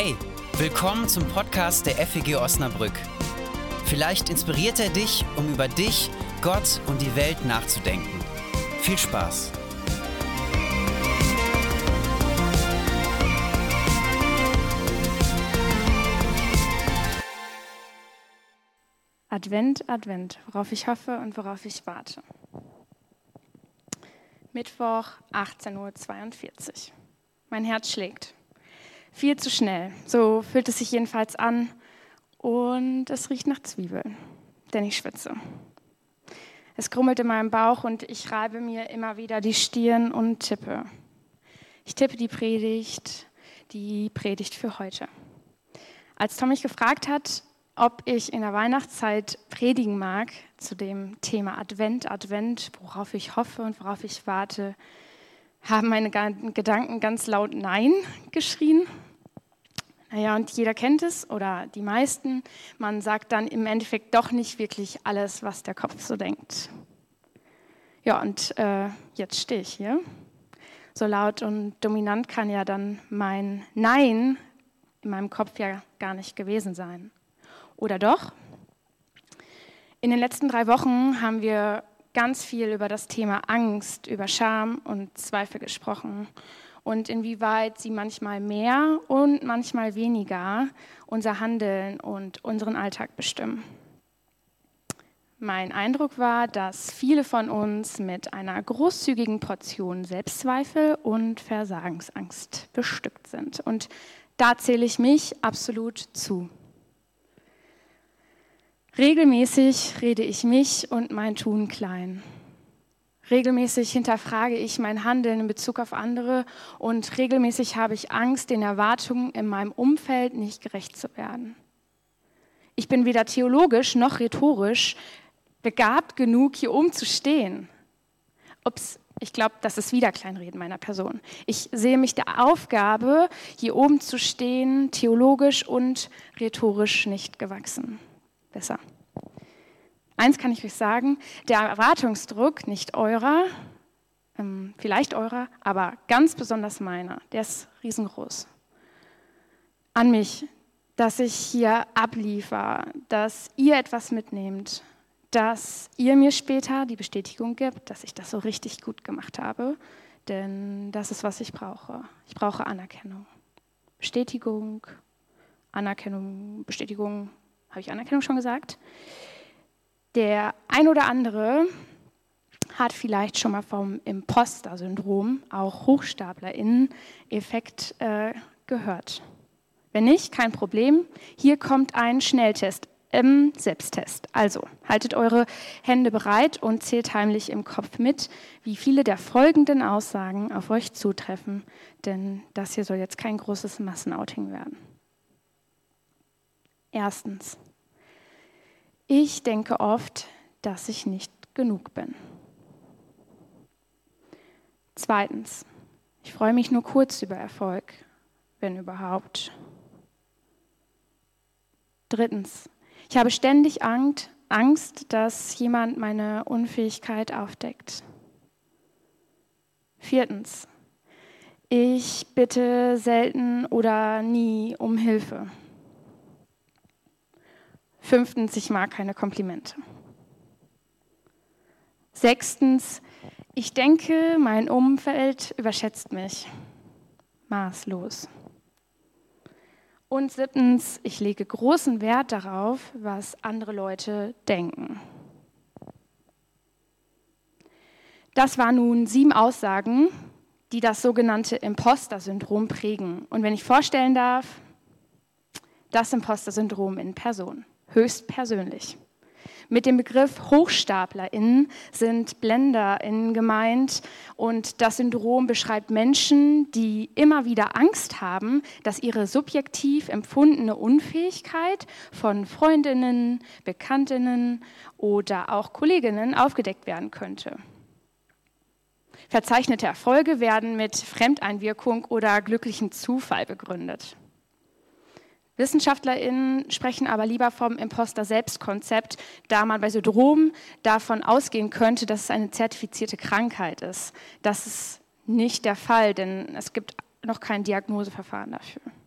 Hey, willkommen zum Podcast der FEG Osnabrück. Vielleicht inspiriert er dich, um über dich, Gott und die Welt nachzudenken. Viel Spaß! Advent, Advent, worauf ich hoffe und worauf ich warte. Mittwoch, 18:42 Uhr. Mein Herz schlägt. Viel zu schnell, so fühlt es sich jedenfalls an. Und es riecht nach Zwiebeln, denn ich schwitze. Es grummelt in meinem Bauch und ich reibe mir immer wieder die Stirn und tippe. Ich tippe die Predigt für heute. Als Tom mich gefragt hat, ob ich in der Weihnachtszeit predigen mag zu dem Thema Advent, worauf ich hoffe und worauf ich warte, haben meine Gedanken ganz laut Nein geschrien. Naja, und jeder kennt es, oder die meisten. Man sagt dann im Endeffekt doch nicht wirklich alles, was der Kopf so denkt. Ja, und jetzt stehe ich hier. So laut und dominant kann ja dann mein Nein in meinem Kopf ja gar nicht gewesen sein. Oder doch? In den letzten 3 Wochen haben wir ganz viel über das Thema Angst, über Scham und Zweifel gesprochen und inwieweit sie manchmal mehr und manchmal weniger unser Handeln und unseren Alltag bestimmen. Mein Eindruck war, dass viele von uns mit einer großzügigen Portion Selbstzweifel und Versagensangst bestückt sind. Und da zähle ich mich absolut zu. Regelmäßig rede ich mich und mein Tun klein. Regelmäßig hinterfrage ich mein Handeln in Bezug auf andere und regelmäßig habe ich Angst, den Erwartungen in meinem Umfeld nicht gerecht zu werden. Ich bin weder theologisch noch rhetorisch begabt genug, hier oben zu stehen. Ich glaube, das ist wieder Kleinreden meiner Person. Ich sehe mich der Aufgabe, hier oben zu stehen, theologisch und rhetorisch nicht gewachsen. Besser. Eins kann ich euch sagen, der Erwartungsdruck, nicht eurer, vielleicht eurer, aber ganz besonders meiner, der ist riesengroß. An mich, dass ich hier abliefere, dass ihr etwas mitnehmt, dass ihr mir später die Bestätigung gibt, dass ich das so richtig gut gemacht habe, denn das ist, was ich brauche. Ich brauche Anerkennung. Bestätigung, Anerkennung, Bestätigung. Habe ich Anerkennung schon gesagt? Der ein oder andere hat vielleicht schon mal vom Imposter-Syndrom, auch HochstaplerInnen-Effekt gehört. Wenn nicht, kein Problem. Hier kommt ein Schnelltest im Selbsttest. Also, haltet eure Hände bereit und zählt heimlich im Kopf mit, wie viele der folgenden Aussagen auf euch zutreffen, denn das hier soll jetzt kein großes Massenouting werden. Erstens. Ich denke oft, dass ich nicht genug bin. Zweitens. Ich freue mich nur kurz über Erfolg, wenn überhaupt. Drittens. Ich habe ständig Angst, dass jemand meine Unfähigkeit aufdeckt. Viertens. Ich bitte selten oder nie um Hilfe. 5. Ich mag keine Komplimente. 6. Ich denke, mein Umfeld überschätzt mich maßlos. Und 7. Ich lege großen Wert darauf, was andere Leute denken. Das waren nun 7 Aussagen, die das sogenannte Imposter-Syndrom prägen. Und wenn ich vorstellen darf, das Imposter-Syndrom in Person. Höchstpersönlich. Mit dem Begriff HochstaplerInnen sind BlenderInnen gemeint und das Syndrom beschreibt Menschen, die immer wieder Angst haben, dass ihre subjektiv empfundene Unfähigkeit von Freundinnen, Bekanntinnen oder auch Kolleginnen aufgedeckt werden könnte. Verzeichnete Erfolge werden mit Fremdeinwirkung oder glücklichem Zufall begründet. WissenschaftlerInnen sprechen aber lieber vom Imposter-Selbst-Konzept, da man bei Syndrom davon ausgehen könnte, dass es eine zertifizierte Krankheit ist. Das ist nicht der Fall, denn es gibt noch kein Diagnoseverfahren dafür.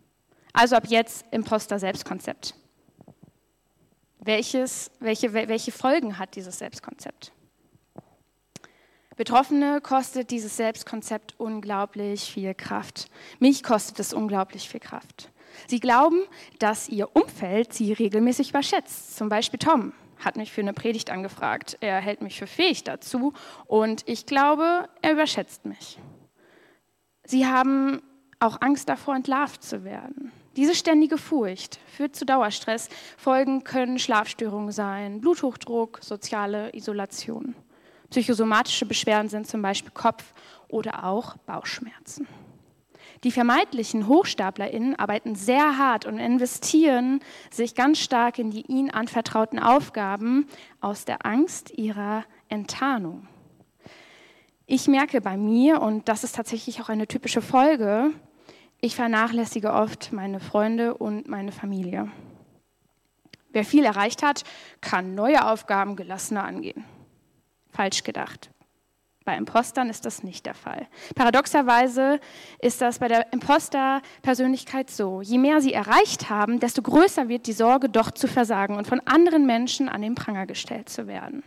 Also ab jetzt Imposter-Selbstkonzept. Welche Folgen hat dieses Selbstkonzept? Betroffene kostet dieses Selbstkonzept unglaublich viel Kraft. Mich kostet es unglaublich viel Kraft. Sie glauben, dass ihr Umfeld sie regelmäßig überschätzt. Zum Beispiel Tom hat mich für eine Predigt angefragt. Er hält mich für fähig dazu und ich glaube, er überschätzt mich. Sie haben auch Angst davor, entlarvt zu werden. Diese ständige Furcht führt zu Dauerstress. Folgen können Schlafstörungen sein, Bluthochdruck, soziale Isolation. Psychosomatische Beschwerden sind zum Beispiel Kopf- oder auch Bauchschmerzen. Die vermeintlichen HochstaplerInnen arbeiten sehr hart und investieren sich ganz stark in die ihnen anvertrauten Aufgaben aus der Angst ihrer Enttarnung. Ich merke bei mir, und das ist tatsächlich auch eine typische Folge, ich vernachlässige oft meine Freunde und meine Familie. Wer viel erreicht hat, kann neue Aufgaben gelassener angehen. Falsch gedacht. Bei Impostern ist das nicht der Fall. Paradoxerweise ist das bei der Imposter-Persönlichkeit so. Je mehr sie erreicht haben, desto größer wird die Sorge, doch zu versagen und von anderen Menschen an den Pranger gestellt zu werden.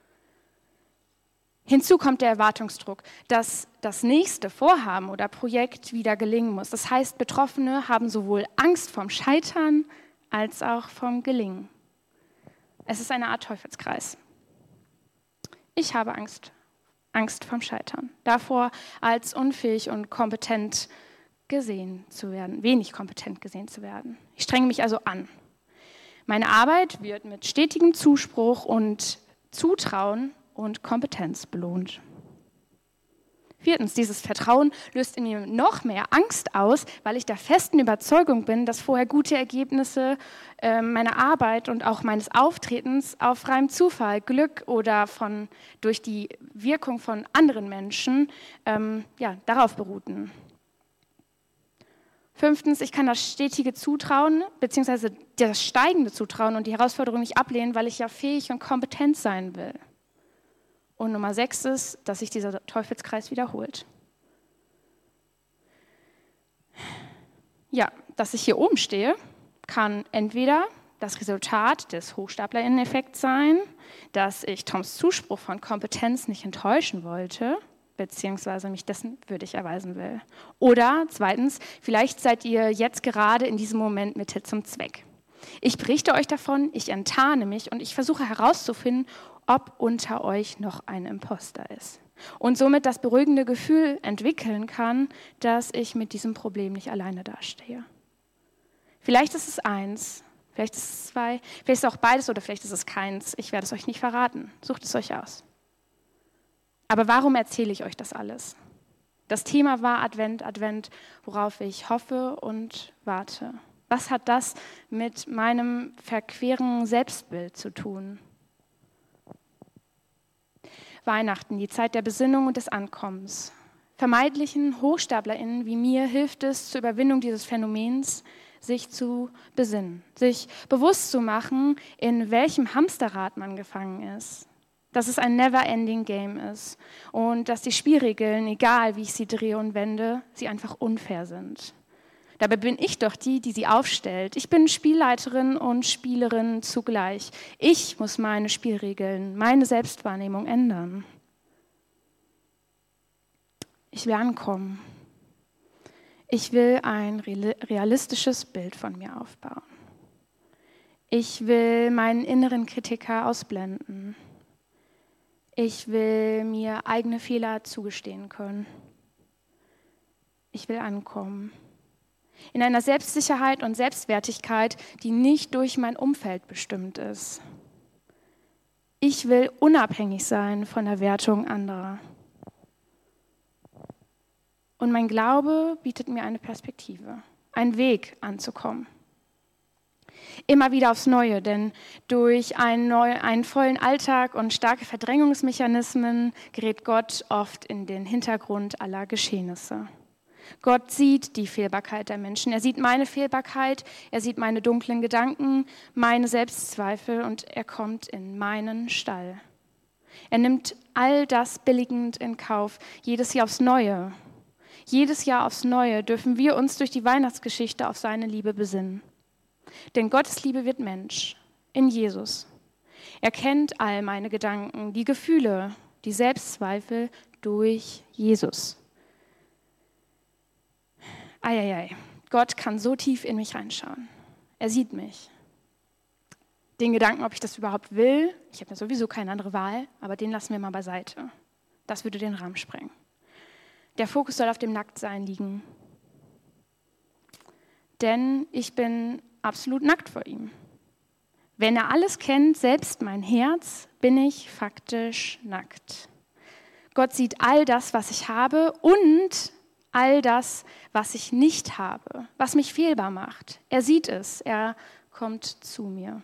Hinzu kommt der Erwartungsdruck, dass das nächste Vorhaben oder Projekt wieder gelingen muss. Das heißt, Betroffene haben sowohl Angst vom Scheitern als auch vom Gelingen. Es ist eine Art Teufelskreis. Ich habe Angst vom Scheitern, davor als unfähig und kompetent gesehen zu werden, wenig kompetent gesehen zu werden. Ich strenge mich also an. Meine Arbeit wird mit stetigem Zuspruch und Zutrauen und Kompetenz belohnt. 4. Dieses Vertrauen löst in mir noch mehr Angst aus, weil ich der festen Überzeugung bin, dass vorher gute Ergebnisse meiner Arbeit und auch meines Auftretens auf reinem Zufall, Glück oder durch die Wirkung von anderen Menschen darauf beruhten. 5. Ich kann das stetige Zutrauen bzw. das steigende Zutrauen und die Herausforderung nicht ablehnen, weil ich ja fähig und kompetent sein will. Und Nummer 6 ist, dass sich dieser Teufelskreis wiederholt. Ja, dass ich hier oben stehe, kann entweder das Resultat des HochstaplerInnen-Effekts sein, dass ich Toms Zuspruch von Kompetenz nicht enttäuschen wollte, beziehungsweise mich dessen würdig erweisen will. Oder 2, vielleicht seid ihr jetzt gerade in diesem Moment Mittel zum Zweck. Ich berichte euch davon, ich enttarne mich und ich versuche herauszufinden, ob unter euch noch ein Imposter ist. Und somit das beruhigende Gefühl entwickeln kann, dass ich mit diesem Problem nicht alleine dastehe. Vielleicht ist es 1, vielleicht ist es 2, vielleicht ist es auch beides oder vielleicht ist es keins. Ich werde es euch nicht verraten. Sucht es euch aus. Aber warum erzähle ich euch das alles? Das Thema war Advent, worauf ich hoffe und warte. Was hat das mit meinem verqueren Selbstbild zu tun? Weihnachten, die Zeit der Besinnung und des Ankommens. Vermeintlichen HochstaplerInnen wie mir hilft es zur Überwindung dieses Phänomens, sich zu besinnen, sich bewusst zu machen, in welchem Hamsterrad man gefangen ist. Dass es ein never-ending Game ist und dass die Spielregeln, egal wie ich sie drehe und wende, sie einfach unfair sind. Dabei bin ich doch die sie aufstellt. Ich bin Spielleiterin und Spielerin zugleich. Ich muss meine Spielregeln, meine Selbstwahrnehmung ändern. Ich will ankommen. Ich will ein realistisches Bild von mir aufbauen. Ich will meinen inneren Kritiker ausblenden. Ich will mir eigene Fehler zugestehen können. Ich will ankommen. In einer Selbstsicherheit und Selbstwertigkeit, die nicht durch mein Umfeld bestimmt ist. Ich will unabhängig sein von der Wertung anderer. Und mein Glaube bietet mir eine Perspektive, einen Weg anzukommen. Immer wieder aufs Neue, denn durch einen vollen Alltag und starke Verdrängungsmechanismen gerät Gott oft in den Hintergrund aller Geschehnisse. Gott sieht die Fehlbarkeit der Menschen. Er sieht meine Fehlbarkeit, er sieht meine dunklen Gedanken, meine Selbstzweifel und er kommt in meinen Stall. Er nimmt all das billigend in Kauf, jedes Jahr aufs Neue. Jedes Jahr aufs Neue dürfen wir uns durch die Weihnachtsgeschichte auf seine Liebe besinnen. Denn Gottes Liebe wird Mensch in Jesus. Er kennt all meine Gedanken, die Gefühle, die Selbstzweifel durch Jesus. Eieiei, Gott kann so tief in mich reinschauen. Er sieht mich. Den Gedanken, ob ich das überhaupt will, ich habe ja sowieso keine andere Wahl, aber den lassen wir mal beiseite. Das würde den Rahmen sprengen. Der Fokus soll auf dem Nacktsein liegen. Denn ich bin absolut nackt vor ihm. Wenn er alles kennt, selbst mein Herz, bin ich faktisch nackt. Gott sieht all das, was ich habe und all das, was ich nicht habe, was mich fehlbar macht. Er sieht es, er kommt zu mir.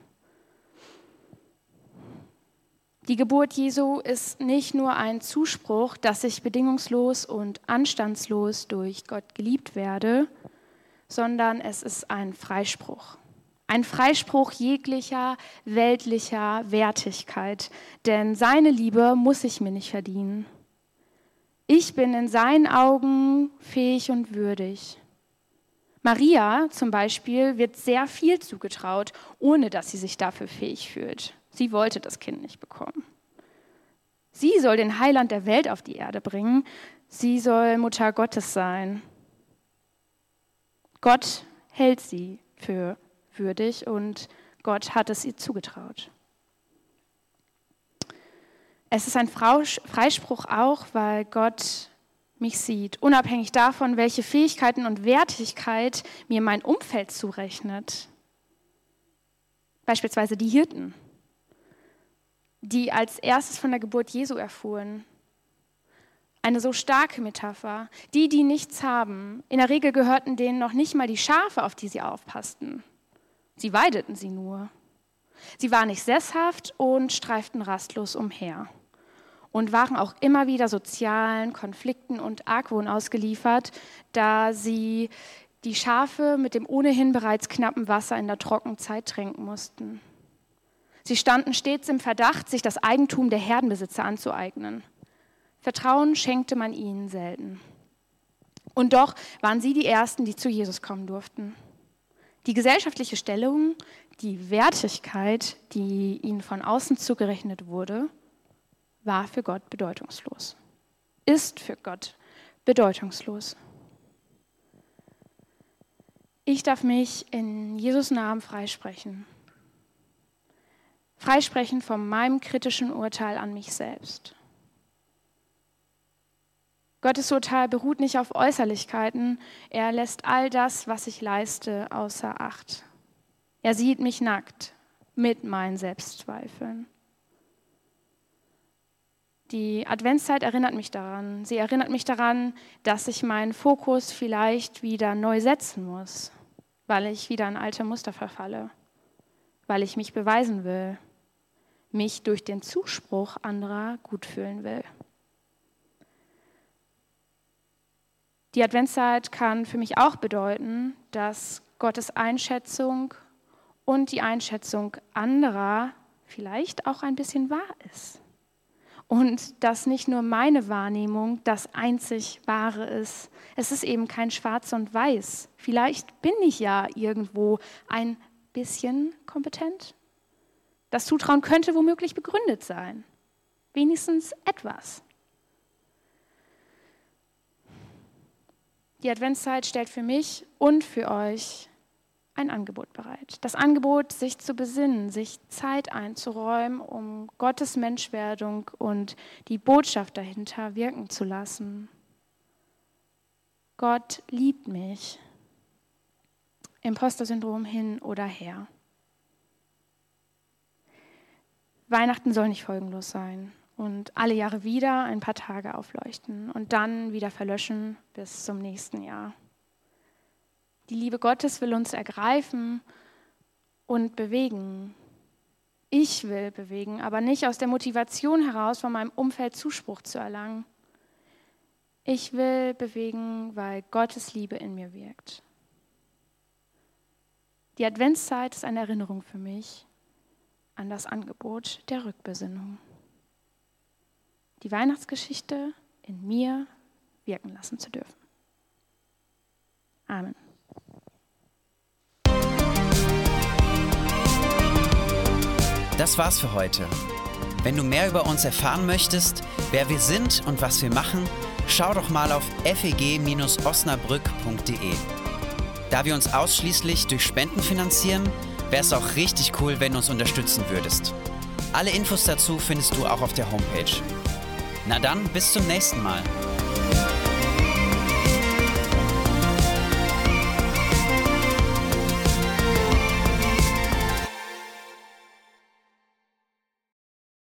Die Geburt Jesu ist nicht nur ein Zuspruch, dass ich bedingungslos und anstandslos durch Gott geliebt werde, sondern es ist ein Freispruch. Ein Freispruch jeglicher weltlicher Wertigkeit, denn seine Liebe muss ich mir nicht verdienen. Ich bin in seinen Augen fähig und würdig. Maria zum Beispiel wird sehr viel zugetraut, ohne dass sie sich dafür fähig fühlt. Sie wollte das Kind nicht bekommen. Sie soll den Heiland der Welt auf die Erde bringen. Sie soll Mutter Gottes sein. Gott hält sie für würdig und Gott hat es ihr zugetraut. Es ist ein Freispruch auch, weil Gott mich sieht, unabhängig davon, welche Fähigkeiten und Wertigkeit mir mein Umfeld zurechnet. Beispielsweise die Hirten, die als erstes von der Geburt Jesu erfuhren. Eine so starke Metapher. Die nichts haben, in der Regel gehörten denen noch nicht mal die Schafe, auf die sie aufpassten. Sie weideten sie nur. Sie waren nicht sesshaft und streiften rastlos umher und waren auch immer wieder sozialen Konflikten und Argwohn ausgeliefert, da sie die Schafe mit dem ohnehin bereits knappen Wasser in der Trockenzeit tränken mussten. Sie standen stets im Verdacht, sich das Eigentum der Herdenbesitzer anzueignen. Vertrauen schenkte man ihnen selten. Und doch waren sie die Ersten, die zu Jesus kommen durften. Die gesellschaftliche Stellung, die Wertigkeit, die ihnen von außen zugerechnet wurde, war für Gott bedeutungslos. Ist für Gott bedeutungslos. Ich darf mich in Jesus' Namen freisprechen. Freisprechen von meinem kritischen Urteil an mich selbst. Gottes Urteil beruht nicht auf Äußerlichkeiten. Er lässt all das, was ich leiste, außer Acht. Er sieht mich nackt mit meinen Selbstzweifeln. Die Adventszeit erinnert mich daran. Sie erinnert mich daran, dass ich meinen Fokus vielleicht wieder neu setzen muss, weil ich wieder in alte Muster verfalle, weil ich mich beweisen will, mich durch den Zuspruch anderer gut fühlen will. Die Adventszeit kann für mich auch bedeuten, dass Gottes Einschätzung und die Einschätzung anderer vielleicht auch ein bisschen wahr ist. Und dass nicht nur meine Wahrnehmung das einzig Wahre ist. Es ist eben kein Schwarz und Weiß. Vielleicht bin ich ja irgendwo ein bisschen kompetent. Das Zutrauen könnte womöglich begründet sein. Wenigstens etwas. Die Adventszeit stellt für mich und für euch ein Angebot bereit. Das Angebot, sich zu besinnen, sich Zeit einzuräumen, um Gottes Menschwerdung und die Botschaft dahinter wirken zu lassen. Gott liebt mich. Imposter-Syndrom hin oder her. Weihnachten soll nicht folgenlos sein und alle Jahre wieder ein paar Tage aufleuchten und dann wieder verlöschen bis zum nächsten Jahr. Die Liebe Gottes will uns ergreifen und bewegen. Ich will bewegen, aber nicht aus der Motivation heraus, von meinem Umfeld Zuspruch zu erlangen. Ich will bewegen, weil Gottes Liebe in mir wirkt. Die Adventszeit ist eine Erinnerung für mich an das Angebot der Rückbesinnung. Die Weihnachtsgeschichte in mir wirken lassen zu dürfen. Amen. Das war's für heute. Wenn du mehr über uns erfahren möchtest, wer wir sind und was wir machen, schau doch mal auf feg-osnabrück.de. Da wir uns ausschließlich durch Spenden finanzieren, wäre es auch richtig cool, wenn du uns unterstützen würdest. Alle Infos dazu findest du auch auf der Homepage. Na dann, bis zum nächsten Mal.